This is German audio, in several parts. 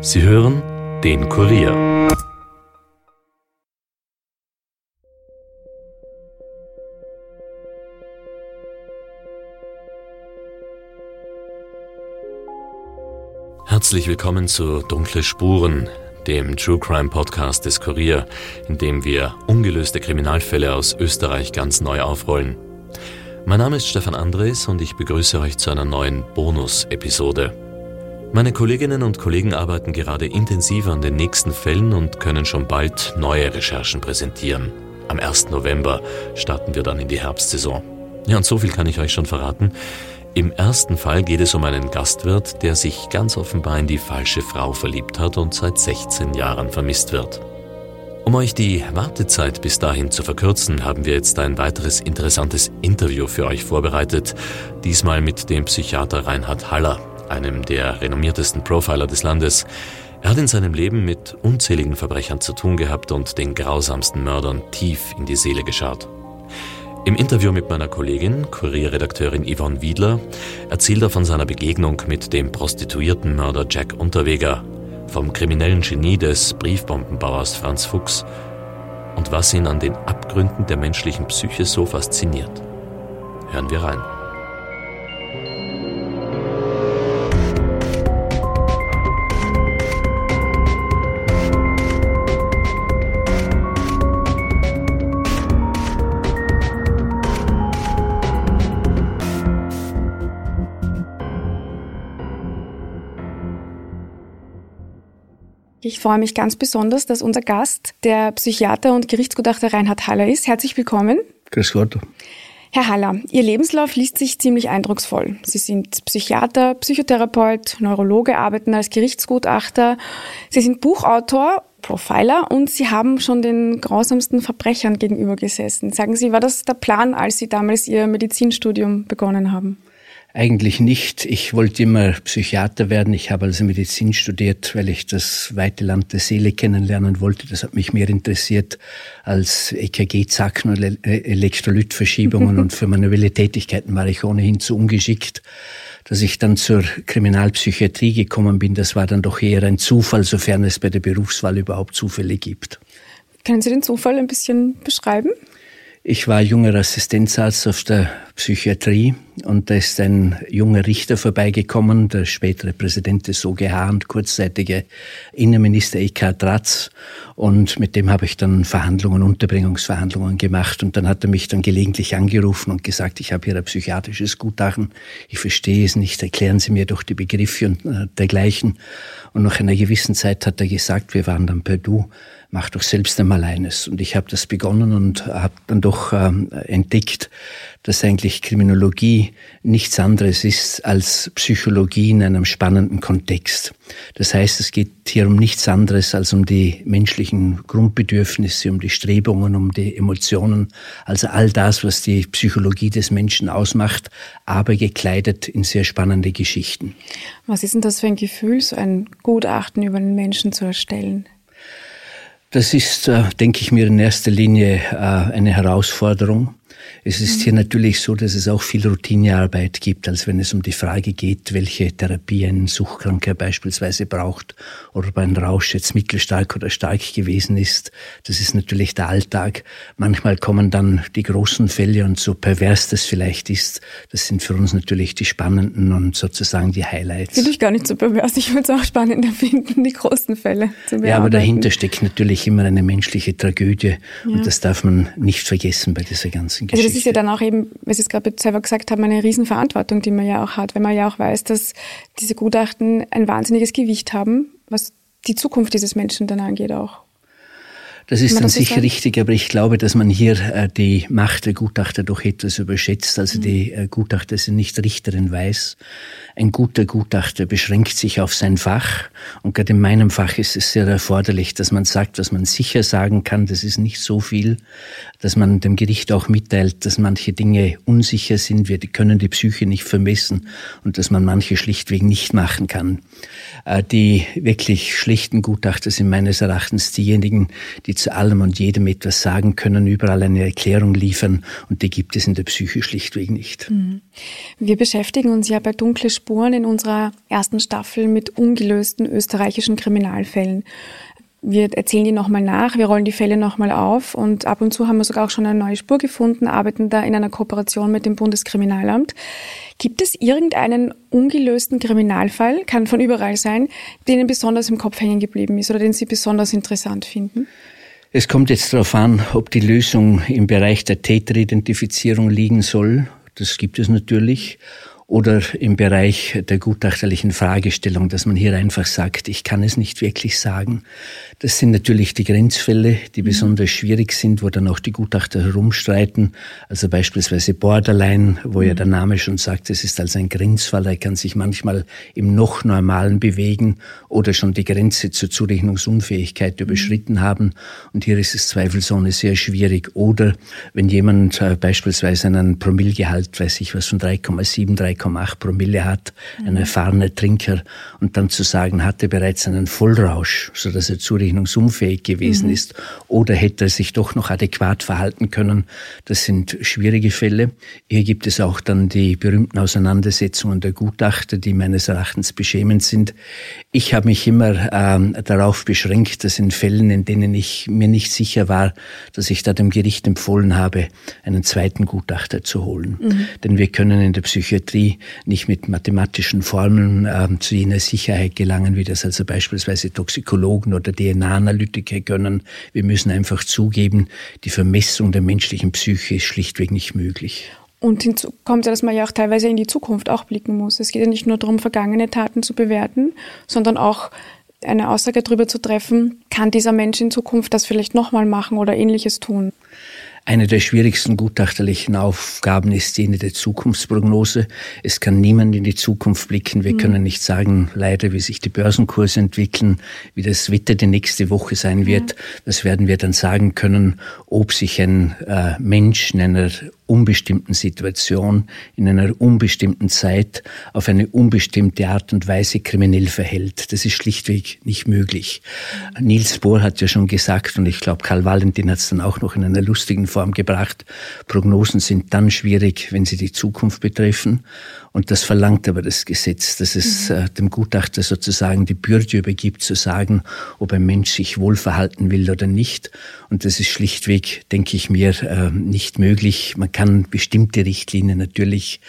Sie hören den Kurier. Herzlich willkommen zu Dunkle Spuren, dem True Crime Podcast des Kurier, in dem wir ungelöste Kriminalfälle aus Österreich ganz neu aufrollen. Mein Name ist Stefan Andres und ich begrüße euch zu einer neuen Bonus-Episode. Meine Kolleginnen und Kollegen arbeiten gerade intensiv an den nächsten Fällen und können schon bald neue Recherchen präsentieren. Am 1. November starten wir dann in die Herbstsaison. Ja, und so viel kann ich euch schon verraten. Im ersten Fall geht es um einen Gastwirt, der sich ganz offenbar in die falsche Frau verliebt hat und seit 16 Jahren vermisst wird. Um euch die Wartezeit bis dahin zu verkürzen, haben wir jetzt ein weiteres interessantes Interview für euch vorbereitet, diesmal mit dem Psychiater Reinhard Haller, einem der renommiertesten Profiler des Landes. Er hat in seinem Leben mit unzähligen Verbrechern zu tun gehabt und den grausamsten Mördern tief in die Seele geschaut. Im Interview mit meiner Kollegin, Kurierredakteurin Yvonne Wiedler, erzählt er von seiner Begegnung mit dem Prostituiertenmörder Jack Unterweger, vom kriminellen Genie des Briefbombenbauers Franz Fuchs und was ihn an den Abgründen der menschlichen Psyche so fasziniert. Hören wir rein. Ich freue mich ganz besonders, dass unser Gast der Psychiater und Gerichtsgutachter Reinhard Haller ist. Herzlich willkommen. Grüß Gott. Herr Haller, Ihr Lebenslauf liest sich ziemlich eindrucksvoll. Sie sind Psychiater, Psychotherapeut, Neurologe, arbeiten als Gerichtsgutachter. Sie sind Buchautor, Profiler und Sie haben schon den grausamsten Verbrechern gegenüber gesessen. Sagen Sie, war das der Plan, als Sie damals Ihr Medizinstudium begonnen haben? Eigentlich nicht. Ich wollte immer Psychiater werden. Ich habe also Medizin studiert, weil ich das weite Land der Seele kennenlernen wollte. Das hat mich mehr interessiert als EKG-Zacken und Elektrolytverschiebungen. Und für manuelle Tätigkeiten war ich ohnehin zu ungeschickt. Dass ich dann zur Kriminalpsychiatrie gekommen bin, das war dann doch eher ein Zufall, sofern es bei der Berufswahl überhaupt Zufälle gibt. Können Sie den Zufall ein bisschen beschreiben? Ich war junger Assistenzarzt auf der Psychiatrie und da ist ein junger Richter vorbeigekommen, der spätere Präsident des OGH und kurzzeitige Innenminister Eckhard Ratz, und mit dem habe ich dann Unterbringungsverhandlungen gemacht, und dann hat er mich dann gelegentlich angerufen und gesagt, ich habe hier ein psychiatrisches Gutachten, ich verstehe es nicht, erklären Sie mir doch die Begriffe und dergleichen. Und nach einer gewissen Zeit hat er gesagt, wir waren dann per Du, mach doch selbst einmal eines. Und ich habe das begonnen und habe dann doch entdeckt, dass eigentlich Kriminologie nichts anderes ist als Psychologie in einem spannenden Kontext. Das heißt, es geht hier um nichts anderes als um die menschlichen Grundbedürfnisse, um die Strebungen, um die Emotionen, also all das, was die Psychologie des Menschen ausmacht, aber gekleidet in sehr spannende Geschichten. Was ist denn das für ein Gefühl, so ein Gutachten über einen Menschen zu erstellen? Das ist, denke ich mir, in erster Linie eine Herausforderung. Es ist hier natürlich so, dass es auch viel Routinearbeit gibt, als wenn es um die Frage geht, welche Therapie ein Suchtkranker beispielsweise braucht oder ob ein Rausch jetzt mittelstark oder stark gewesen ist. Das ist natürlich der Alltag. Manchmal kommen dann die großen Fälle, und so pervers das vielleicht ist, das sind für uns natürlich die spannenden und sozusagen die Highlights. Finde ich gar nicht so pervers. Ich würde es auch spannender finden, die großen Fälle zu bearbeiten. Ja, aber dahinter steckt natürlich immer eine menschliche Tragödie, und das darf man nicht vergessen bei dieser ganzen Geschichte. Also das ist ja dann auch eben, wie Sie es gerade selber gesagt haben, eine Riesenverantwortung, die man ja auch hat, weil man ja auch weiß, dass diese Gutachten ein wahnsinniges Gewicht haben, was die Zukunft dieses Menschen dann angeht auch. Das ist dann sicher richtig, aber ich glaube, dass man hier die Macht der Gutachter doch etwas überschätzt. Also die Gutachter sind nicht Richter in Weiß. Ein guter Gutachter beschränkt sich auf sein Fach, und gerade in meinem Fach ist es sehr erforderlich, dass man sagt, was man sicher sagen kann. Das ist nicht so viel, dass man dem Gericht auch mitteilt, dass manche Dinge unsicher sind, wir können die Psyche nicht vermessen, und dass man manche schlichtweg nicht machen kann. Die wirklich schlechten Gutachter sind meines Erachtens diejenigen, die zu allem und jedem etwas sagen können, überall eine Erklärung liefern, und die gibt es in der Psyche schlichtweg nicht. Wir beschäftigen uns ja bei Dunkle Spuren in unserer ersten Staffel mit ungelösten österreichischen Kriminalfällen. Wir erzählen die nochmal nach, wir rollen die Fälle nochmal auf, und ab und zu haben wir sogar auch schon eine neue Spur gefunden, arbeiten da in einer Kooperation mit dem Bundeskriminalamt. Gibt es irgendeinen ungelösten Kriminalfall, kann von überall sein, der Ihnen besonders im Kopf hängen geblieben ist oder den Sie besonders interessant finden? Es kommt jetzt darauf an, ob die Lösung im Bereich der Täteridentifizierung liegen soll. Das gibt es natürlich. Oder im Bereich der gutachterlichen Fragestellung, dass man hier einfach sagt, ich kann es nicht wirklich sagen. Das sind natürlich die Grenzfälle, die besonders schwierig sind, wo dann auch die Gutachter herumstreiten. Also beispielsweise Borderline, wo ja der Name schon sagt, es ist also ein Grenzfall, er kann sich manchmal im noch Normalen bewegen oder schon die Grenze zur Zurechnungsunfähigkeit überschritten haben. Und hier ist es zweifelsohne sehr schwierig. Oder wenn jemand beispielsweise einen Promillegehalt, weiß ich was, von 3,7, 3,8 Promille hat, ein erfahrener Trinker, und dann zu sagen, hatte bereits einen Vollrausch, sodass er zurechnungsunfähig gewesen ist, oder hätte er sich doch noch adäquat verhalten können. Das sind schwierige Fälle. Hier gibt es auch dann die berühmten Auseinandersetzungen der Gutachter, die meines Erachtens beschämend sind. Ich habe mich immer darauf beschränkt, dass in Fällen, in denen ich mir nicht sicher war, dass ich da dem Gericht empfohlen habe, einen zweiten Gutachter zu holen. Denn wir können in der Psychiatrie nicht mit mathematischen Formeln zu jener Sicherheit gelangen, wie das also beispielsweise Toxikologen oder DNA-Analytiker können. Wir müssen einfach zugeben, die Vermessung der menschlichen Psyche ist schlichtweg nicht möglich. Und hinzu kommt ja, dass man ja auch teilweise in die Zukunft auch blicken muss. Es geht ja nicht nur darum, vergangene Taten zu bewerten, sondern auch eine Aussage darüber zu treffen, kann dieser Mensch in Zukunft das vielleicht nochmal machen oder Ähnliches tun. Eine der schwierigsten gutachterlichen Aufgaben ist jene der Zukunftsprognose. Es kann niemand in die Zukunft blicken. Wir können nicht sagen, leider, wie sich die Börsenkurse entwickeln, wie das Wetter die nächste Woche sein wird. Das werden wir dann sagen können, ob sich ein Mensch in einer unbestimmten Situation, in einer unbestimmten Zeit, auf eine unbestimmte Art und Weise kriminell verhält. Das ist schlichtweg nicht möglich. Niels Bohr hat ja schon gesagt, und ich glaube, Karl Valentin hat es dann auch noch in einer lustigen Form gebracht, Prognosen sind dann schwierig, wenn sie die Zukunft betreffen. Und das verlangt aber das Gesetz, dass es dem Gutachter sozusagen die Bürde übergibt, zu sagen, ob ein Mensch sich wohlverhalten will oder nicht. Und das ist schlichtweg, denke ich mir, nicht möglich. Man kann bestimmte Richtlinien natürlich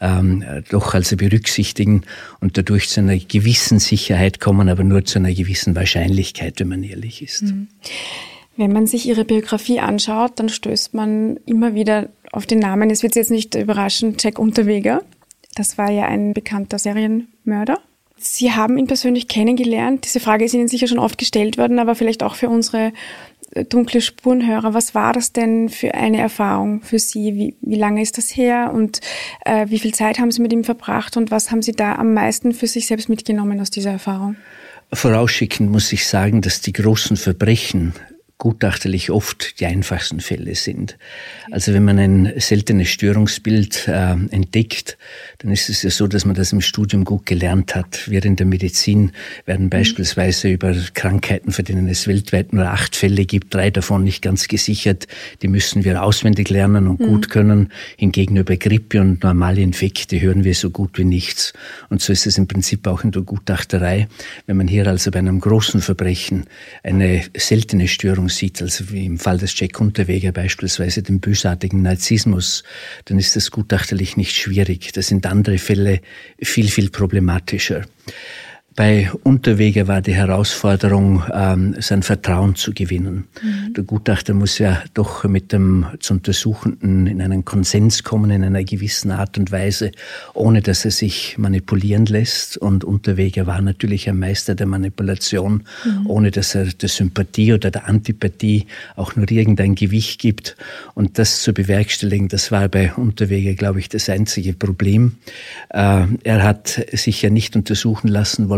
doch also berücksichtigen und dadurch zu einer gewissen Sicherheit kommen, aber nur zu einer gewissen Wahrscheinlichkeit, wenn man ehrlich ist. Wenn man sich Ihre Biografie anschaut, dann stößt man immer wieder auf den Namen, es wird jetzt nicht überraschen, Jack Unterweger. Das war ja ein bekannter Serienmörder. Sie haben ihn persönlich kennengelernt. Diese Frage ist Ihnen sicher schon oft gestellt worden, aber vielleicht auch für unsere Dunkle Spurenhörer. Was war das denn für eine Erfahrung für Sie? Wie lange ist das her und wie viel Zeit haben Sie mit ihm verbracht und was haben Sie da am meisten für sich selbst mitgenommen aus dieser Erfahrung? Vorausschickend muss ich sagen, dass die großen Verbrechen gutachterlich oft die einfachsten Fälle sind. Also wenn man ein seltenes Störungsbild entdeckt, dann ist es ja so, dass man das im Studium gut gelernt hat. Wir in der Medizin werden beispielsweise über Krankheiten, für denen es weltweit nur 8 Fälle gibt, 3 davon nicht ganz gesichert. Die müssen wir auswendig lernen und gut können. Hingegen über Grippe und normale Infekte hören wir so gut wie nichts. Und so ist es im Prinzip auch in der Gutachterei. Wenn man hier also bei einem großen Verbrechen eine seltene Störung sieht, also wie im Fall des Jack Unterweger beispielsweise den bösartigen Narzissmus, dann ist das gutachterlich nicht schwierig. Das sind andere Fälle viel, viel problematischer. Bei Unterweger war die Herausforderung, sein Vertrauen zu gewinnen. Der Gutachter muss ja doch mit dem zu Untersuchenden in einen Konsens kommen, in einer gewissen Art und Weise, ohne dass er sich manipulieren lässt. Und Unterweger war natürlich ein Meister der Manipulation, ohne dass er der Sympathie oder der Antipathie auch nur irgendein Gewicht gibt. Und das zu bewerkstelligen, das war bei Unterweger, glaube ich, das einzige Problem. Er hat sich ja nicht untersuchen lassen wollen,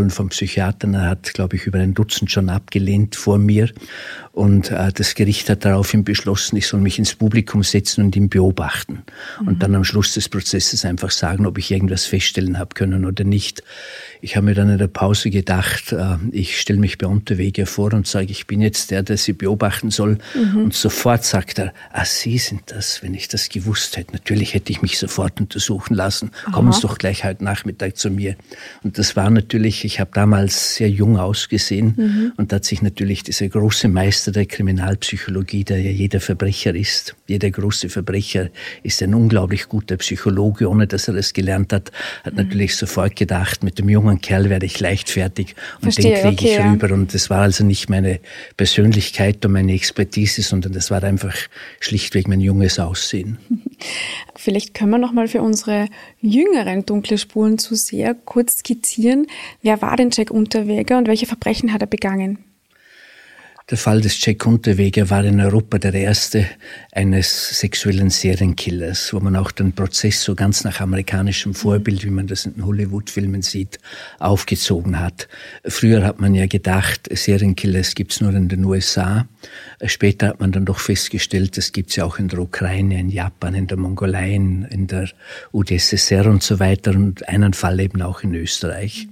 empfohlen vom Psychiater. Er hat, glaube ich, über ein Dutzend schon abgelehnt vor mir. Und das Gericht hat daraufhin beschlossen, ich soll mich ins Publikum setzen und ihn beobachten. Und dann am Schluss des Prozesses einfach sagen, ob ich irgendwas feststellen habe können oder nicht. Ich habe mir dann in der Pause gedacht, ich stelle mich bei Unterweger vor und sage, ich bin jetzt der Sie beobachten soll. Und sofort sagt er, Sie sind das, wenn ich das gewusst hätte. Natürlich hätte ich mich sofort untersuchen lassen. Kommen Sie doch gleich heute Nachmittag zu mir. Und das war natürlich, ich habe damals sehr jung ausgesehen. Und da hat sich natürlich dieser große Meister der Kriminalpsychologie, der ja jeder Verbrecher ist. Jeder große Verbrecher ist ein unglaublich guter Psychologe, ohne dass er das gelernt hat. Hat natürlich sofort gedacht, mit dem jungen Kerl werde ich leichtfertig und den kriege ich rüber. Und das war also nicht meine Persönlichkeit und meine Expertise, sondern das war einfach schlichtweg mein junges Aussehen. Vielleicht können wir noch mal für unsere jüngeren dunkle Spuren zu sehr kurz skizzieren. Wer war denn Jack Unterweger und welche Verbrechen hat er begangen? Der Fall des Jack Unterweger war in Europa der erste eines sexuellen Serienkillers, wo man auch den Prozess so ganz nach amerikanischem Vorbild, wie man das in Hollywood-Filmen sieht, aufgezogen hat. Früher hat man ja gedacht, Serienkillers gibt's nur in den USA. Später hat man dann doch festgestellt, das gibt's ja auch in der Ukraine, in Japan, in der Mongolei, in der UdSSR und so weiter und einen Fall eben auch in Österreich.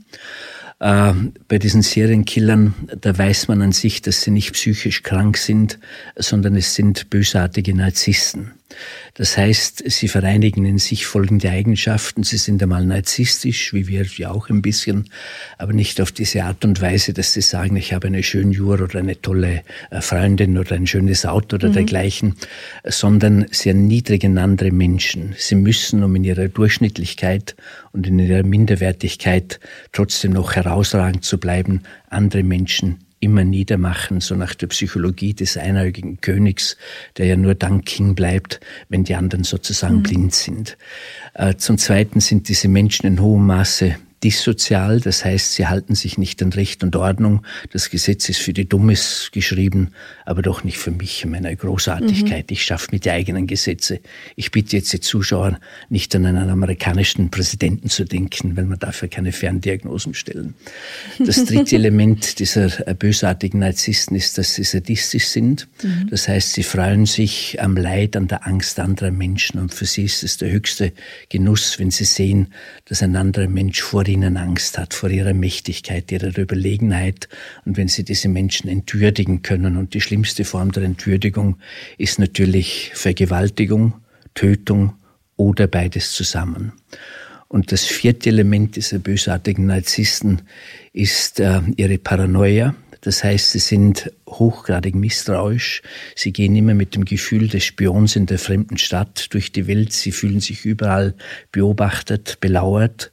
Bei diesen Serienkillern, da weiß man an sich, dass sie nicht psychisch krank sind, sondern es sind bösartige Narzissten. Das heißt, sie vereinigen in sich folgende Eigenschaften. Sie sind einmal narzisstisch, wie wir ja auch ein bisschen, aber nicht auf diese Art und Weise, dass sie sagen, ich habe eine schöne Uhr oder eine tolle Freundin oder ein schönes Auto oder dergleichen, sondern sie erniedrigen andere Menschen. Sie müssen, um in ihrer Durchschnittlichkeit und in ihrer Minderwertigkeit trotzdem noch herausragend zu bleiben, andere Menschen immer niedermachen, so nach der Psychologie des einäugigen Königs, der ja nur dann King bleibt, wenn die anderen sozusagen blind sind. Zum Zweiten sind diese Menschen in hohem Maße dissozial, das heißt, sie halten sich nicht an Recht und Ordnung. Das Gesetz ist für die Dummes geschrieben, aber doch nicht für mich in meiner Großartigkeit. Ich schaffe mir die eigenen Gesetze. Ich bitte jetzt die Zuschauer, nicht an einen amerikanischen Präsidenten zu denken, weil man dafür keine Ferndiagnosen stellen. Das dritte Element dieser bösartigen Narzissten ist, dass sie sadistisch sind. Das heißt, sie freuen sich am Leid, an der Angst anderer Menschen. Und für sie ist es der höchste Genuss, wenn sie sehen, dass ein anderer Mensch vor ihnen Angst hat, vor ihrer Mächtigkeit, ihrer Überlegenheit. Und wenn sie diese Menschen entwürdigen können, und die schlimmste Form der Entwürdigung ist natürlich Vergewaltigung, Tötung oder beides zusammen. Und das vierte Element dieser bösartigen Narzissten ist ihre Paranoia. Das heißt, sie sind hochgradig misstrauisch. Sie gehen immer mit dem Gefühl des Spions in der fremden Stadt durch die Welt. Sie fühlen sich überall beobachtet, belauert.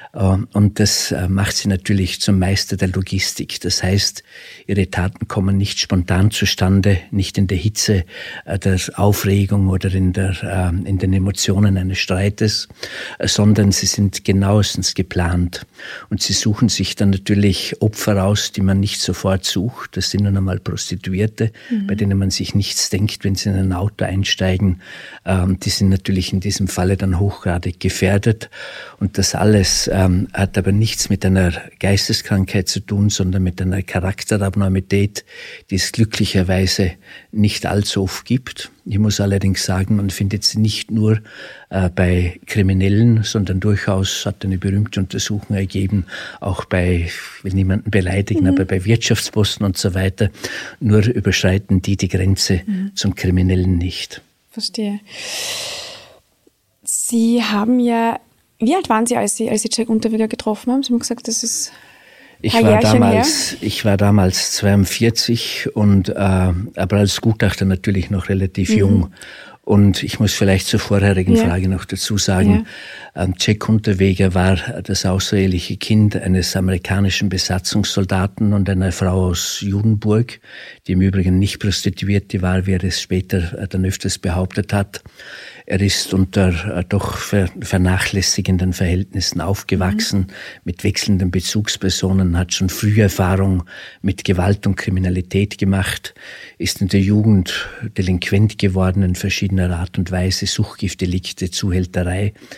Und das macht sie natürlich zum Meister der Logistik. Das heißt, ihre Taten kommen nicht spontan zustande, nicht in der Hitze der Aufregung oder in den Emotionen eines Streites, sondern sie sind genauestens geplant. Und sie suchen sich dann natürlich Opfer aus, die man nicht sofort sucht. Das sind nun einmal Prostituierte, bei denen man sich nichts denkt, wenn sie in ein Auto einsteigen. Die sind natürlich in diesem Falle dann hochgradig gefährdet. Und das alles hat aber nichts mit einer Geisteskrankheit zu tun, sondern mit einer Charakterabnormität, die es glücklicherweise nicht allzu oft gibt. Ich muss allerdings sagen, man findet sie nicht nur bei Kriminellen, sondern durchaus, hat eine berühmte Untersuchung ergeben, auch bei, ich will niemanden beleidigen, aber bei Wirtschaftsbossen und so weiter. Nur überschreiten die Grenze zum Kriminellen nicht. Verstehe. Sie haben ja, wie alt waren Sie, als Sie Jack Unterweger getroffen haben? Sie haben gesagt, das ist Ich war damals 42 und aber als Gutachter natürlich noch relativ jung. Und ich muss vielleicht zur vorherigen Frage noch dazu sagen, Jack Unterweger war das außereheliche Kind eines amerikanischen Besatzungssoldaten und einer Frau aus Judenburg, die im Übrigen nicht Prostituierte war, wie er es später dann öfters behauptet hat. Er ist unter doch vernachlässigenden Verhältnissen aufgewachsen, mit wechselnden Bezugspersonen, hat schon früh Erfahrung mit Gewalt und Kriminalität gemacht, ist in der Jugend delinquent geworden in verschiedener Art und Weise, Suchtgiftdelikte, Zuhälterei.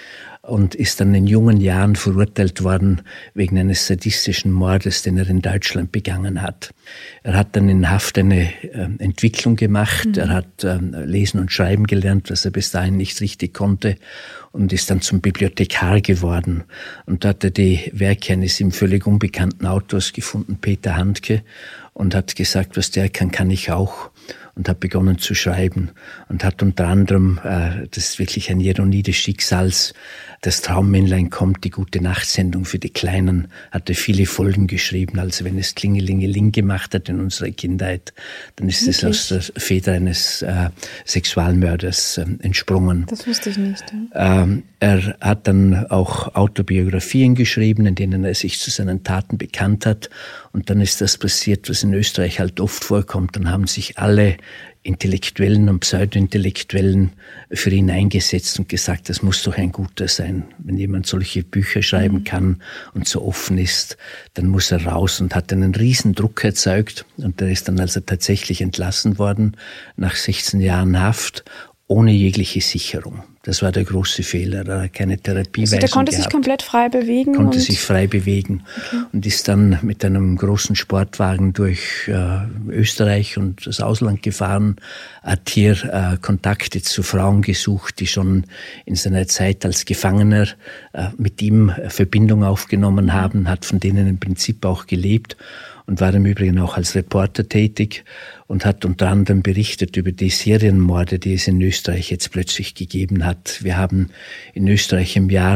und ist dann in jungen Jahren verurteilt worden wegen eines sadistischen Mordes, den er in Deutschland begangen hat. Er hat dann in Haft eine Entwicklung gemacht. Er hat Lesen und Schreiben gelernt, was er bis dahin nicht richtig konnte, und ist dann zum Bibliothekar geworden. Und da hat er die Werke eines ihm völlig unbekannten Autors gefunden, Peter Handke, und hat gesagt, was der kann ich auch. Und hat begonnen zu schreiben und hat unter anderem, das ist wirklich eine Ironie des Schicksals, das Traummännlein kommt, die Gute-Nacht-Sendung für die Kleinen, hatte viele Folgen geschrieben. Also wenn es Klingelingeling gemacht hat in unserer Kindheit, dann ist es aus der Feder eines Sexualmörders entsprungen. Das wusste ich nicht. Ja. Er hat dann auch Autobiografien geschrieben, in denen er sich zu seinen Taten bekannt hat. Und dann ist das passiert, was in Österreich halt oft vorkommt. Dann haben sich alle Intellektuellen und Pseudo-Intellektuellen für ihn eingesetzt und gesagt, das muss doch ein Guter sein. Wenn jemand solche Bücher schreiben kann und so offen ist, dann muss er raus, und hat einen riesen Druck erzeugt. Und er ist dann also tatsächlich entlassen worden nach 16 Jahren Haft, ohne jegliche Sicherung. Das war der große Fehler. Er hat keine Therapieweisung gehabt. Also der konnte sich komplett frei bewegen? Konnte sich frei bewegen. Okay. Und ist dann mit einem großen Sportwagen durch Österreich und das Ausland gefahren, hat hier Kontakte zu Frauen gesucht, die schon in seiner Zeit als Gefangener mit ihm Verbindung aufgenommen haben, hat von denen im Prinzip auch gelebt und war im Übrigen auch als Reporter tätig und hat unter anderem berichtet über die Serienmorde, die es in Österreich jetzt plötzlich gegeben hat. Wir haben in Österreich im Jahr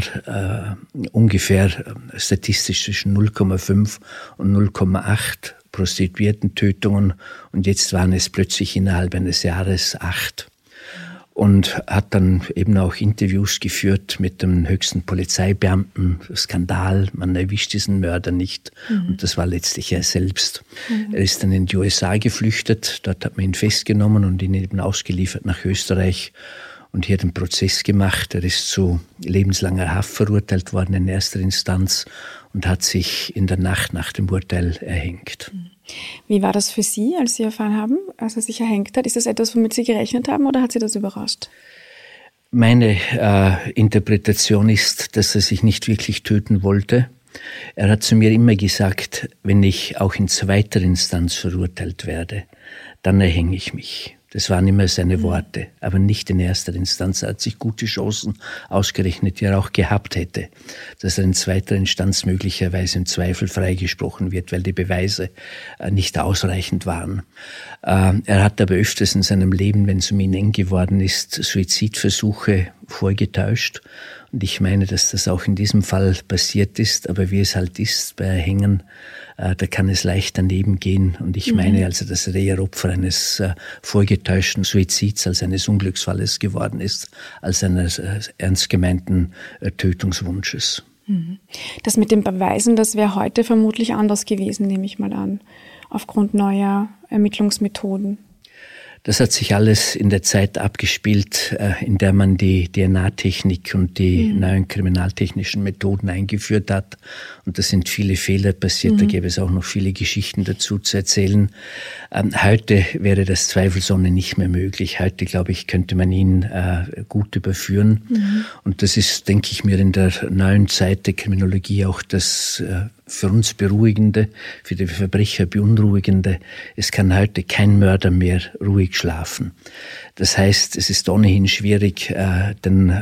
ungefähr statistisch zwischen 0,5 und 0,8 Prostituiertentötungen, und jetzt waren es plötzlich innerhalb eines Jahres 8. Und hat dann eben auch Interviews geführt mit dem höchsten Polizeibeamten. Skandal, man erwischt diesen Mörder nicht. Und das war letztlich er selbst. Er ist dann in die USA geflüchtet, dort hat man ihn festgenommen und ihn eben ausgeliefert nach Österreich und hier den Prozess gemacht. Er ist zu lebenslanger Haft verurteilt worden in erster Instanz und hat sich in der Nacht nach dem Urteil erhängt. Wie war das für Sie, als Sie erfahren haben, als er sich erhängt hat? Ist das etwas, womit Sie gerechnet haben, oder hat Sie das überrascht? Meine Interpretation ist, dass er sich nicht wirklich töten wollte. Er hat zu mir immer gesagt, wenn ich auch in zweiter Instanz verurteilt werde, dann erhänge ich mich. Das waren immer seine Worte, aber nicht in erster Instanz. Er hat sich gute Chancen ausgerechnet, die er auch gehabt hätte, dass er in zweiter Instanz möglicherweise im Zweifel freigesprochen wird, weil die Beweise nicht ausreichend waren. Er hat aber öfters in seinem Leben, wenn es um ihn eng geworden ist, Suizidversuche vorgetäuscht. Und ich meine, dass das auch in diesem Fall passiert ist, aber wie es halt ist bei Erhängen, da kann es leicht daneben gehen. Und ich meine also, dass er eher Opfer eines vorgetäuschten Suizids als eines Unglücksfalles geworden ist, als eines ernst gemeinten Tötungswunsches. Das mit den Beweisen, das wäre heute vermutlich anders gewesen, nehme ich mal an, aufgrund neuer Ermittlungsmethoden. Das hat sich alles in der Zeit abgespielt, in der man die DNA-Technik und die neuen kriminaltechnischen Methoden eingeführt hat. Und da sind viele Fehler passiert, da gäbe es auch noch viele Geschichten dazu zu erzählen. Heute wäre das zweifelsohne nicht mehr möglich. Heute, glaube ich, könnte man ihn gut überführen. Und das ist, denke ich mir, in der neuen Zeit der Kriminologie auch das für uns Beruhigende, für die Verbrecher Beunruhigende. Es kann heute kein Mörder mehr ruhig schlafen. Das heißt, es ist ohnehin schwierig, den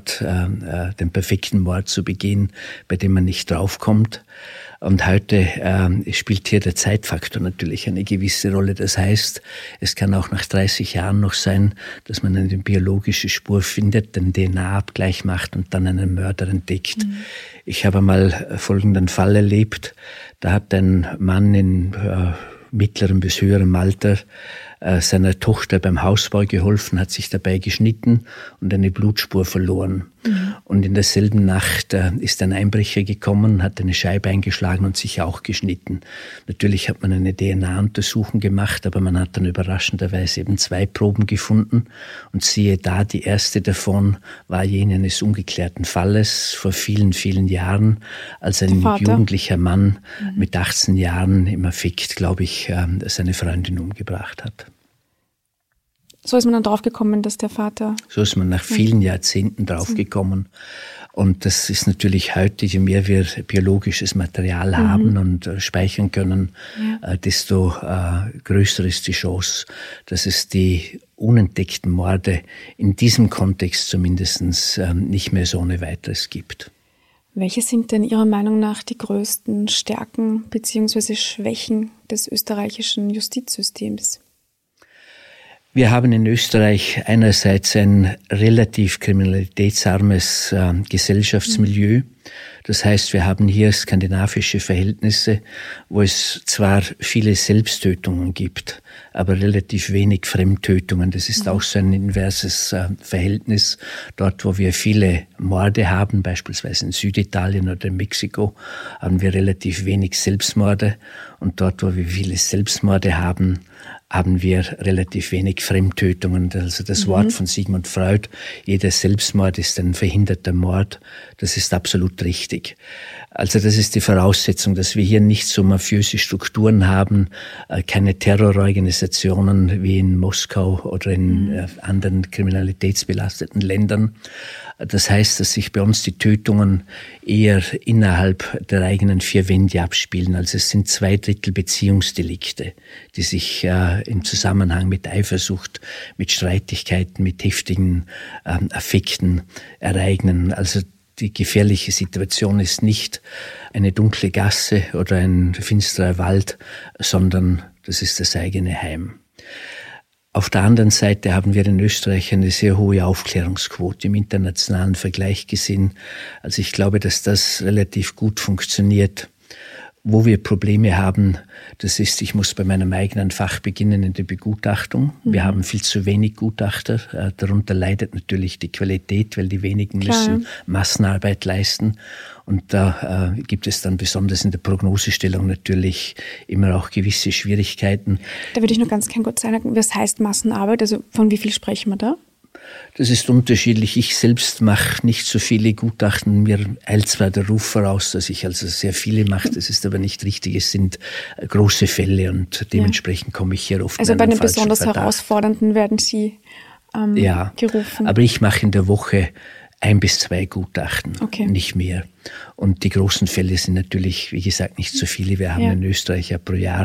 perfekten Mord zu begehen, bei dem man nicht draufkommt. Und heute spielt hier der Zeitfaktor natürlich eine gewisse Rolle. Das heißt, es kann auch nach 30 Jahren noch sein, dass man eine biologische Spur findet, den DNA-Abgleich macht und dann einen Mörder entdeckt. Ich habe mal folgenden Fall erlebt. Da hat ein Mann in mittlerem bis höherem Alter seiner Tochter beim Hausbau geholfen, hat sich dabei geschnitten und eine Blutspur verloren. Und in derselben Nacht ist ein Einbrecher gekommen, hat eine Scheibe eingeschlagen und sich auch geschnitten. Natürlich hat man eine DNA-Untersuchung gemacht, aber man hat dann überraschenderweise eben 2 Proben gefunden. Und siehe da, die erste davon war jene eines ungeklärten Falles vor vielen, vielen Jahren, als ein jugendlicher Mann mit 18 Jahren im Affekt, glaube ich, seine Freundin umgebracht hat. So ist man dann draufgekommen, dass der Vater... So ist man nach vielen Jahrzehnten draufgekommen. Und das ist natürlich heute, je mehr wir biologisches Material haben und speichern können, desto größer ist die Chance, dass es die unentdeckten Morde in diesem Kontext zumindest nicht mehr so ohne weiteres gibt. Welche sind denn Ihrer Meinung nach die größten Stärken bzw. Schwächen des österreichischen Justizsystems? Wir haben in Österreich einerseits ein relativ kriminalitätsarmes Gesellschaftsmilieu. Das heißt, wir haben hier skandinavische Verhältnisse, wo es zwar viele Selbsttötungen gibt, aber relativ wenig Fremdtötungen. Das ist auch so ein inverses Verhältnis. Dort, wo wir viele Morde haben, beispielsweise in Süditalien oder in Mexiko, haben wir relativ wenig Selbstmorde. Und dort, wo wir viele Selbstmorde haben wir relativ wenig Fremdtötungen. Also das Wort von Sigmund Freud, jeder Selbstmord ist ein verhinderter Mord, das ist absolut richtig. Also das ist die Voraussetzung, dass wir hier nicht so mafiöse Strukturen haben, keine Terrororganisationen wie in Moskau oder in anderen kriminalitätsbelasteten Ländern. Das heißt, dass sich bei uns die Tötungen eher innerhalb der eigenen vier Wände abspielen. Also es sind 2/3 Beziehungsdelikte, die sich im Zusammenhang mit Eifersucht, mit Streitigkeiten, mit heftigen Affekten ereignen. Also die gefährliche Situation ist nicht eine dunkle Gasse oder ein finsterer Wald, sondern das ist das eigene Heim. Auf der anderen Seite haben wir in Österreich eine sehr hohe Aufklärungsquote im internationalen Vergleich gesehen. Also ich glaube, dass das relativ gut funktioniert. Wo wir Probleme haben, das ist, ich muss bei meinem eigenen Fach beginnen in der Begutachtung. Wir haben viel zu wenig Gutachter. Darunter leidet natürlich die Qualität, weil die wenigen müssen Massenarbeit leisten. Und da gibt es dann besonders in der Prognosestellung natürlich immer auch gewisse Schwierigkeiten. Da würde ich nur ganz kurz sagen, was heißt Massenarbeit? Also von wie viel sprechen wir da? Das ist unterschiedlich. Ich selbst mache nicht so viele Gutachten. Mir eilt zwar der Ruf voraus, dass ich also sehr viele mache. Das ist aber nicht richtig. Es sind große Fälle und dementsprechend komme ich hier oft also bei den besonders Verdacht. herausfordernden werden Sie gerufen? Aber ich mache in der Woche 1 bis 2 Gutachten, nicht mehr. Und die großen Fälle sind natürlich, wie gesagt, nicht so viele. Wir haben in Österreich ja pro Jahr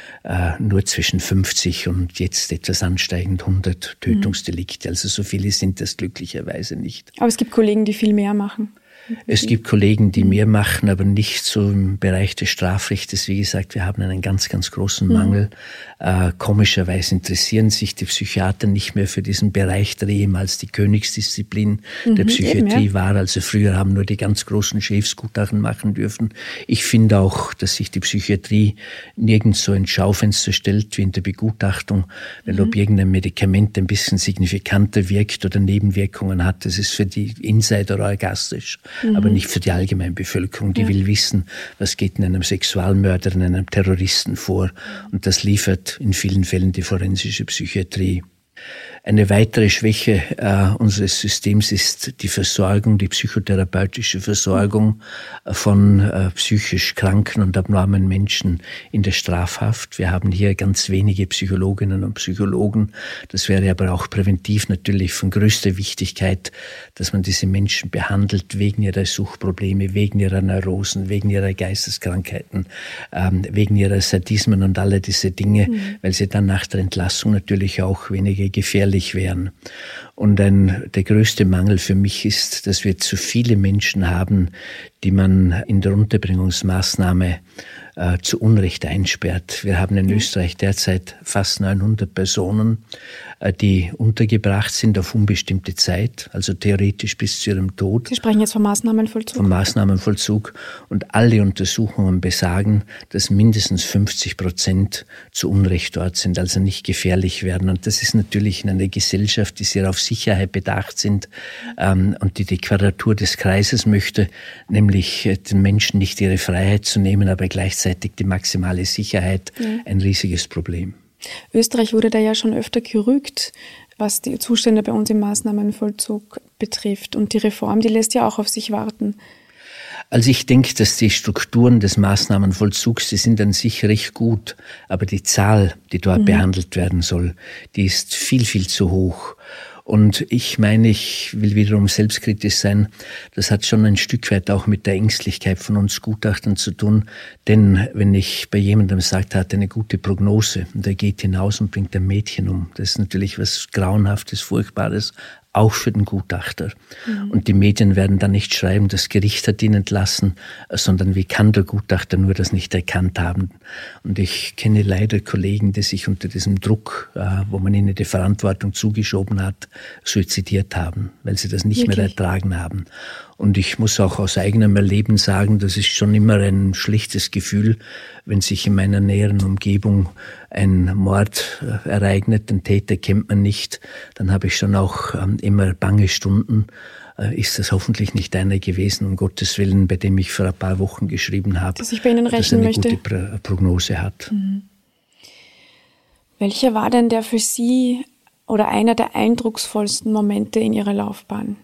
nur zwischen 50 und jetzt etwas ansteigend 100 Tötungsdelikte. Also so viele sind das glücklicherweise nicht. Aber es gibt Kollegen, die viel mehr machen. Es gibt Kollegen, die mehr machen, aber nicht so im Bereich des Strafrechts. Wie gesagt, wir haben einen ganz, ganz großen Mangel. Komischerweise interessieren sich die Psychiater nicht mehr für diesen Bereich, der ehemals die Königsdisziplin der Psychiatrie war. Also früher haben nur die ganz großen Chefs Gutachten machen dürfen. Ich finde auch, dass sich die Psychiatrie nirgends so ins Schaufenster stellt wie in der Begutachtung. Weil ob irgendein Medikament ein bisschen signifikanter wirkt oder Nebenwirkungen hat, das ist für die Insider orgastisch. Aber nicht für die Allgemeinbevölkerung. Die will wissen, was geht in einem Sexualmörder, in einem Terroristen vor. Und das liefert in vielen Fällen die forensische Psychiatrie. Eine weitere Schwäche unseres Systems ist die Versorgung, die psychotherapeutische Versorgung von psychisch kranken und abnormen Menschen in der Strafhaft. Wir haben hier ganz wenige Psychologinnen und Psychologen. Das wäre aber auch präventiv natürlich von größter Wichtigkeit, dass man diese Menschen behandelt wegen ihrer Suchtprobleme, wegen ihrer Neurosen, wegen ihrer Geisteskrankheiten, wegen ihrer Sadismen und alle diese Dinge, weil sie dann nach der Entlassung natürlich auch weniger gefährlich wären. Und der größte Mangel für mich ist, dass wir zu viele Menschen haben, die man in der Unterbringungsmaßnahme zu Unrecht einsperrt. Wir haben in Österreich derzeit fast 900 Personen, die untergebracht sind auf unbestimmte Zeit, also theoretisch bis zu ihrem Tod. Sie sprechen jetzt vom Maßnahmenvollzug? Vom Maßnahmenvollzug. Und alle Untersuchungen besagen, dass mindestens 50% zu Unrecht dort sind, also nicht gefährlich werden. Und das ist natürlich in einer Gesellschaft, die sehr auf Sicherheit bedacht sind und die Quadratur des Kreises möchte, nämlich den Menschen nicht ihre Freiheit zu nehmen, aber gleichzeitig die maximale Sicherheit, ein riesiges Problem. Österreich wurde da ja schon öfter gerügt, was die Zustände bei uns im Maßnahmenvollzug betrifft. Und die Reform, die lässt ja auch auf sich warten. Also ich denke, dass die Strukturen des Maßnahmenvollzugs, die sind an sich recht gut, aber die Zahl, die dort behandelt werden soll, die ist viel, viel zu hoch. Und ich meine, ich will wiederum selbstkritisch sein, das hat schon ein Stück weit auch mit der Ängstlichkeit von uns Gutachtern zu tun. Denn wenn ich bei jemandem sage, er hat eine gute Prognose und er geht hinaus und bringt ein Mädchen um, das ist natürlich was Grauenhaftes, Furchtbares, auch für den Gutachter. Und die Medien werden dann nicht schreiben, das Gericht hat ihn entlassen, sondern wie kann der Gutachter nur das nicht erkannt haben? Und ich kenne leider Kollegen, die sich unter diesem Druck, wo man ihnen die Verantwortung zugeschoben hat, suizidiert haben, weil sie das nicht mehr ertragen haben. Und ich muss auch aus eigenem Erleben sagen, das ist schon immer ein schlechtes Gefühl, wenn sich in meiner näheren Umgebung ein Mord ereignet, den Täter kennt man nicht, dann habe ich schon auch immer bange Stunden. Ist das hoffentlich nicht einer gewesen, um Gottes Willen, bei dem ich vor ein paar Wochen geschrieben habe, dass ich bei Ihnen rechnen dass er eine möchte. Gute Prognose hat. Welcher war denn der für Sie oder einer der eindrucksvollsten Momente in Ihrer Laufbahn?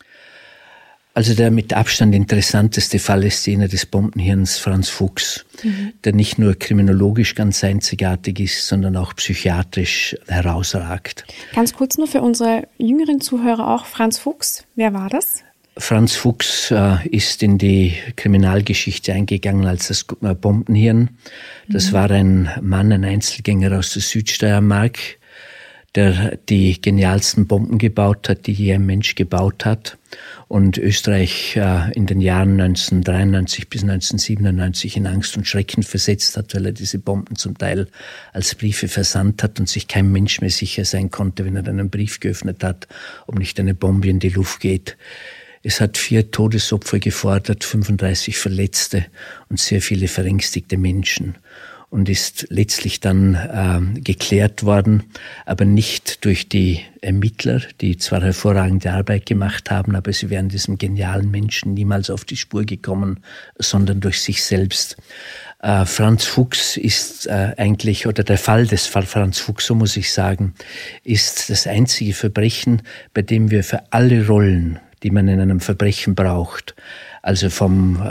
Also der mit Abstand interessanteste Fall ist jener des Bombenhirns Franz Fuchs, der nicht nur kriminologisch ganz einzigartig ist, sondern auch psychiatrisch herausragt. Ganz kurz nur für unsere jüngeren Zuhörer auch, Franz Fuchs, wer war das? Franz Fuchs ist in die Kriminalgeschichte eingegangen als das Bombenhirn. Das war ein Mann, ein Einzelgänger aus der Südsteiermark, der die genialsten Bomben gebaut hat, die je ein Mensch gebaut hat. Und Österreich in den Jahren 1993 bis 1997 in Angst und Schrecken versetzt hat, weil er diese Bomben zum Teil als Briefe versandt hat und sich kein Mensch mehr sicher sein konnte, wenn er dann einen Brief geöffnet hat, ob nicht eine Bombe in die Luft geht. Es hat 4 Todesopfer gefordert, 35 Verletzte und sehr viele verängstigte Menschen. Und ist letztlich dann geklärt worden, aber nicht durch die Ermittler, die zwar hervorragende Arbeit gemacht haben, aber sie wären diesem genialen Menschen niemals auf die Spur gekommen, sondern durch sich selbst. Franz Fuchs ist eigentlich, oder der Fall des Franz Fuchs, so muss ich sagen, ist das einzige Verbrechen, bei dem wir für alle Rollen, die man in einem Verbrechen braucht, also vom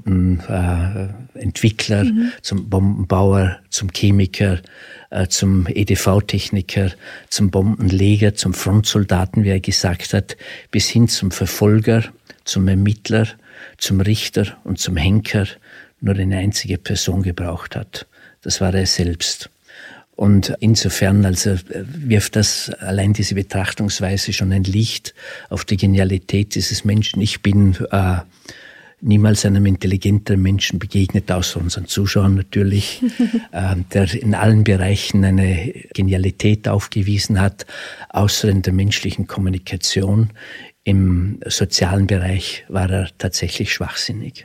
Bombenentwickler zum Bombenbauer, zum Chemiker, zum EDV-Techniker, zum Bombenleger, zum Frontsoldaten, wie er gesagt hat, bis hin zum Verfolger, zum Ermittler, zum Richter und zum Henker nur eine einzige Person gebraucht hat. Das war er selbst. Und insofern also wirft das allein diese Betrachtungsweise schon ein Licht auf die Genialität dieses Menschen. Ich bin niemals einem intelligenteren Menschen begegnet, außer unseren Zuschauern natürlich, der in allen Bereichen eine Genialität aufgewiesen hat, außer in der menschlichen Kommunikation. Im sozialen Bereich war er tatsächlich schwachsinnig.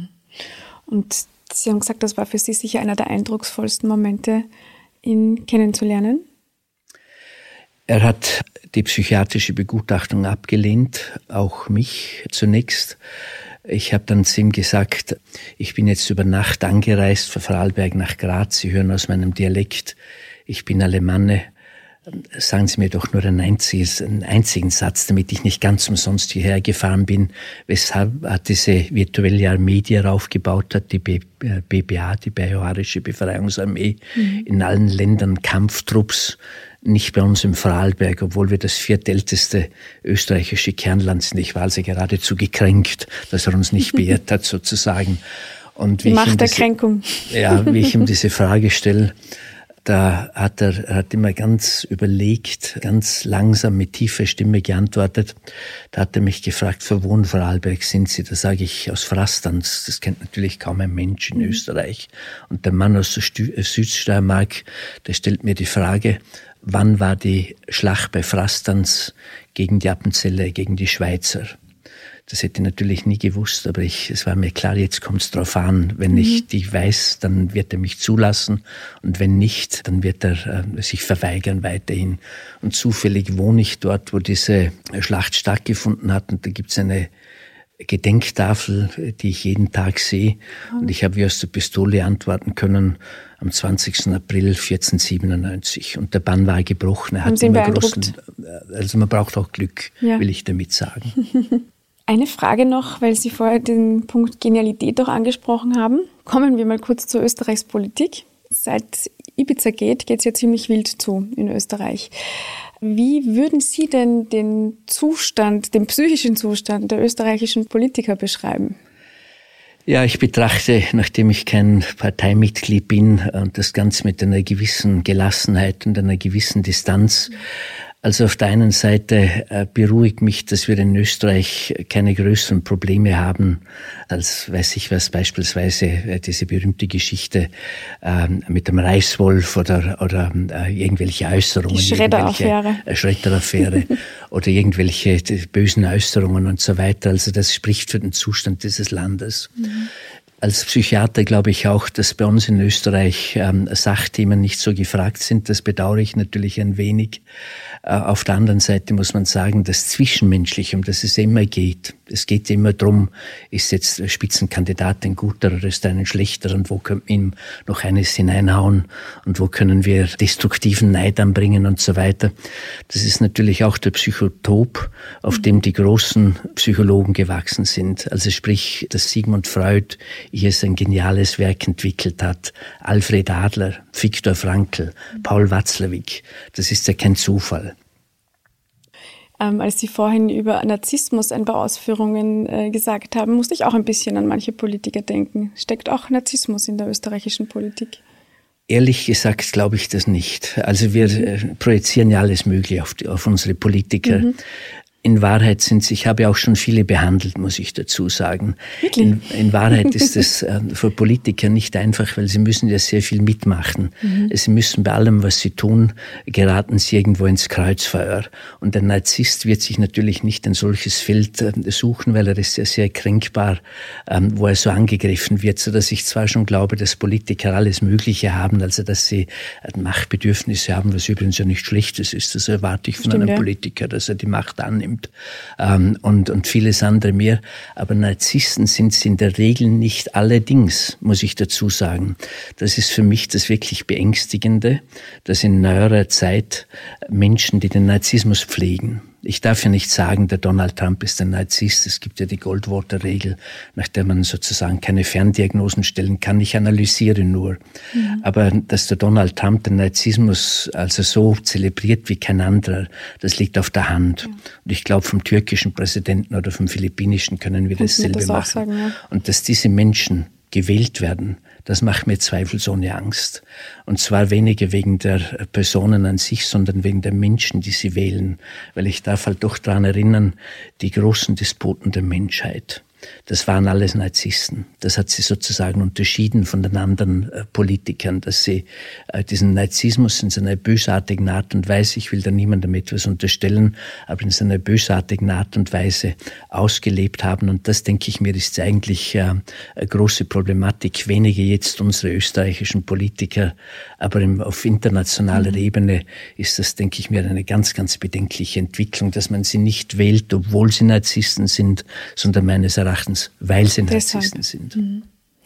Und Sie haben gesagt, das war für Sie sicher einer der eindrucksvollsten Momente, ihn kennenzulernen? Er hat die psychiatrische Begutachtung abgelehnt, auch mich zunächst. Ich habe dann zu ihm gesagt, ich bin jetzt über Nacht angereist von Vorarlberg nach Graz. Sie hören aus meinem Dialekt, ich bin Alemanne. Sagen Sie mir doch nur einen einzigen Satz, damit ich nicht ganz umsonst hierher gefahren bin. Weshalb hat diese virtuelle Armee, die er aufgebaut hat, die BBA, die Bajuwarische Befreiungsarmee, in allen Ländern Kampftrupps, nicht bei uns im Vorarlberg, obwohl wir das 4. österreichische Kernland sind. Ich war also geradezu gekränkt, dass er uns nicht beehrt hat, sozusagen. Und die Macht der Kränkung. Ja, wie ich ihm diese Frage stelle, da hat er immer ganz überlegt, ganz langsam mit tiefer Stimme geantwortet. Da hat er mich gefragt, für wo in Vorarlberg sind Sie? Da sage ich, aus Frastanz. Das kennt natürlich kaum ein Mensch in Österreich. Und der Mann aus der Südsteiermark, der stellt mir die Frage, wann war die Schlacht bei Frastanz gegen die Appenzeller, gegen die Schweizer? Das hätte ich natürlich nie gewusst, aber es war mir klar, jetzt kommt es drauf an. Wenn ich die weiß, dann wird er mich zulassen und wenn nicht, dann wird er sich verweigern weiterhin. Und zufällig wohne ich dort, wo diese Schlacht stattgefunden hat und da gibt es eine Gedenktafel, die ich jeden Tag sehe. Und ich habe wie aus der Pistole antworten können, am 20. April 1497. Und der Bann war gebrochen. Er hat immer großen, also man braucht auch Glück, will ich damit sagen. Eine Frage noch, weil Sie vorher den Punkt Genialität auch angesprochen haben. Kommen wir mal kurz zur Österreichs Politik. Seit Ibiza geht es ja ziemlich wild zu in Österreich. Wie würden Sie denn den psychischen Zustand der österreichischen Politiker beschreiben? Ja, ich betrachte, nachdem ich kein Parteimitglied bin, das Ganze mit einer gewissen Gelassenheit und einer gewissen Distanz. Also auf der einen Seite beruhigt mich, dass wir in Österreich keine größeren Probleme haben, als weiß ich was, beispielsweise diese berühmte Geschichte mit dem Reichswolf oder irgendwelche Äußerungen. Die Schredder-Affäre oder irgendwelche bösen Äußerungen und so weiter. Also das spricht für den Zustand dieses Landes. Mhm. Als Psychiater glaube ich auch, dass bei uns in Österreich Sachthemen nicht so gefragt sind. Das bedauere ich natürlich ein wenig. Auf der anderen Seite muss man sagen, das Zwischenmenschliche, um das es immer geht. Es geht immer darum, ist jetzt der Spitzenkandidat ein guter oder ist er ein schlechter und wo können wir ihm noch eines hineinhauen und wo können wir destruktiven Neid anbringen und so weiter. Das ist natürlich auch der Psychotop, auf dem die großen Psychologen gewachsen sind. Also sprich, dass Sigmund Freud hier ein geniales Werk entwickelt hat. Alfred Adler, Viktor Frankl, Paul Watzlawick. Das ist ja kein Zufall. Als Sie vorhin über Narzissmus ein paar Ausführungen gesagt haben, musste ich auch ein bisschen an manche Politiker denken. Steckt auch Narzissmus in der österreichischen Politik? Ehrlich gesagt glaube ich das nicht. Also wir projizieren ja alles Mögliche auf unsere Politiker. Mhm. In Wahrheit ich habe auch schon viele behandelt, muss ich dazu sagen. In Wahrheit ist es für Politiker nicht einfach, weil sie müssen ja sehr viel mitmachen. Mhm. Sie müssen bei allem, was sie tun, geraten sie irgendwo ins Kreuzfeuer. Und der Narzisst wird sich natürlich nicht ein solches Feld suchen, weil er ist ja sehr kränkbar, wo er so angegriffen wird, so dass ich zwar schon glaube, dass Politiker alles Mögliche haben, also dass sie Machtbedürfnisse haben, was übrigens ja nicht Schlechtes ist. Das erwarte ich von einem Politiker, dass er die Macht annimmt. Und vieles andere mehr. Aber Narzissten sind es in der Regel nicht, allerdings, muss ich dazu sagen. Das ist für mich das wirklich Beängstigende, dass in neuerer Zeit Menschen, die den Narzissmus pflegen, ich darf ja nicht sagen, der Donald Trump ist ein Narzisst. Es gibt ja die Goldwater-Regel, nach der man sozusagen keine Ferndiagnosen stellen kann. Ich analysiere nur. Ja. Aber dass der Donald Trump den Narzissmus also so zelebriert wie kein anderer, das liegt auf der Hand. Ja. Und ich glaube, vom türkischen Präsidenten oder vom philippinischen können wir dasselbe machen. Sagen, ja. Und dass diese Menschen gewählt werden, das macht mir zweifelsohne Angst. Und zwar weniger wegen der Personen an sich, sondern wegen der Menschen, die sie wählen. Weil ich darf halt doch daran erinnern, die großen Despoten der Menschheit, das waren alles Narzissten. Das hat sie sozusagen unterschieden von den anderen Politikern, dass sie diesen Narzissmus in seiner bösartigen Art und Weise, ich will da niemandem etwas unterstellen, aber in seiner bösartigen Art und Weise ausgelebt haben. Und das, denke ich mir, ist eigentlich eine große Problematik. Weniger jetzt unsere österreichischen Politiker, aber auf internationaler Ebene ist das, denke ich mir, eine ganz, ganz bedenkliche Entwicklung, dass man sie nicht wählt, obwohl sie Narzissten sind, sondern meines Erachtens, weil sie Narzissten sind. Mhm.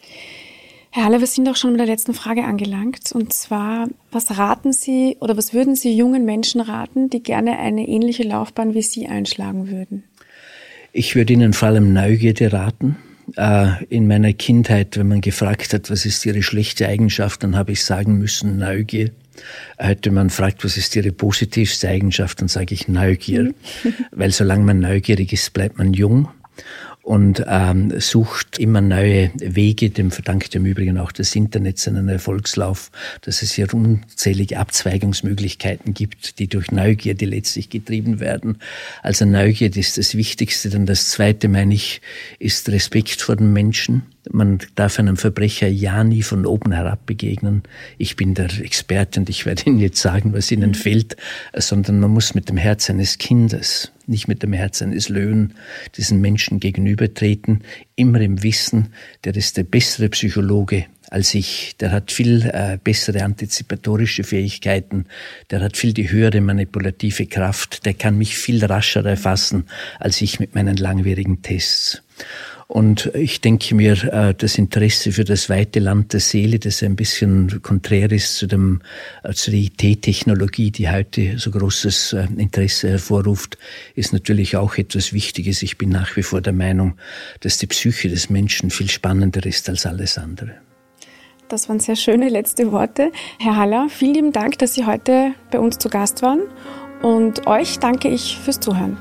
Herr Haller, wir sind auch schon mit der letzten Frage angelangt. Und zwar, was raten Sie oder was würden Sie jungen Menschen raten, die gerne eine ähnliche Laufbahn wie Sie einschlagen würden? Ich würde ihnen vor allem Neugierde raten. In meiner Kindheit, wenn man gefragt hat, was ist Ihre schlechte Eigenschaft, dann habe ich sagen müssen, Neugier. Heute man fragt, was ist Ihre positivste Eigenschaft, dann sage ich Neugier. Weil solange man neugierig ist, bleibt man jung. Und sucht immer neue Wege, dem verdankt im Übrigen auch das Internet seinen Erfolgslauf, dass es hier unzählige Abzweigungsmöglichkeiten gibt, die durch Neugierde letztlich getrieben werden. Also Neugierde ist das Wichtigste. Dann das Zweite, meine ich, ist Respekt vor den Menschen. Man darf einem Verbrecher ja nie von oben herab begegnen. Ich bin der Experte und ich werde Ihnen jetzt sagen, was Ihnen fehlt, sondern man muss mit dem Herz eines Kindes, nicht mit dem Herz eines Löwen, diesen Menschen gegenübertreten, immer im Wissen, der ist der bessere Psychologe als ich. Der hat viel bessere antizipatorische Fähigkeiten, der hat viel die höhere manipulative Kraft, der kann mich viel rascher erfassen als ich mit meinen langwierigen Tests. Und ich denke mir, das Interesse für das weite Land der Seele, das ein bisschen konträr ist zu der IT-Technologie, die heute so großes Interesse hervorruft, ist natürlich auch etwas Wichtiges. Ich bin nach wie vor der Meinung, dass die Psyche des Menschen viel spannender ist als alles andere. Das waren sehr schöne letzte Worte. Herr Haller, vielen lieben Dank, dass Sie heute bei uns zu Gast waren. Und euch danke ich fürs Zuhören.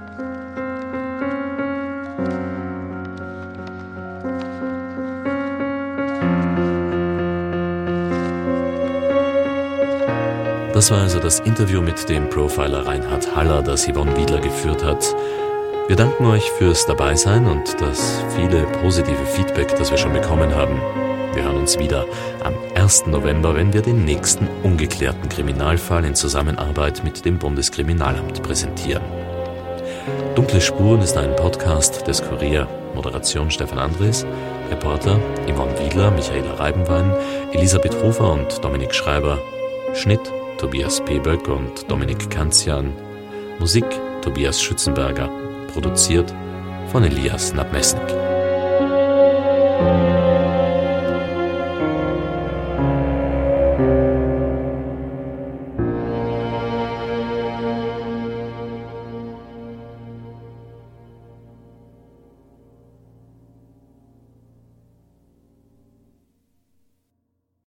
Das war also das Interview mit dem Profiler Reinhard Haller, das Yvonne Wiedler geführt hat. Wir danken euch fürs Dabeisein und das viele positive Feedback, das wir schon bekommen haben. Wir hören uns wieder am 1. November, wenn wir den nächsten ungeklärten Kriminalfall in Zusammenarbeit mit dem Bundeskriminalamt präsentieren. Dunkle Spuren ist ein Podcast des Kurier. Moderation Stefan Andres, Reporter Yvonne Wiedler, Michaela Reibenwein, Elisabeth Hofer und Dominik Schreiber. Schnitt Tobias Peböck und Dominik Kanzian. Musik Tobias Schützenberger. Produziert von Elias Nabmesnik.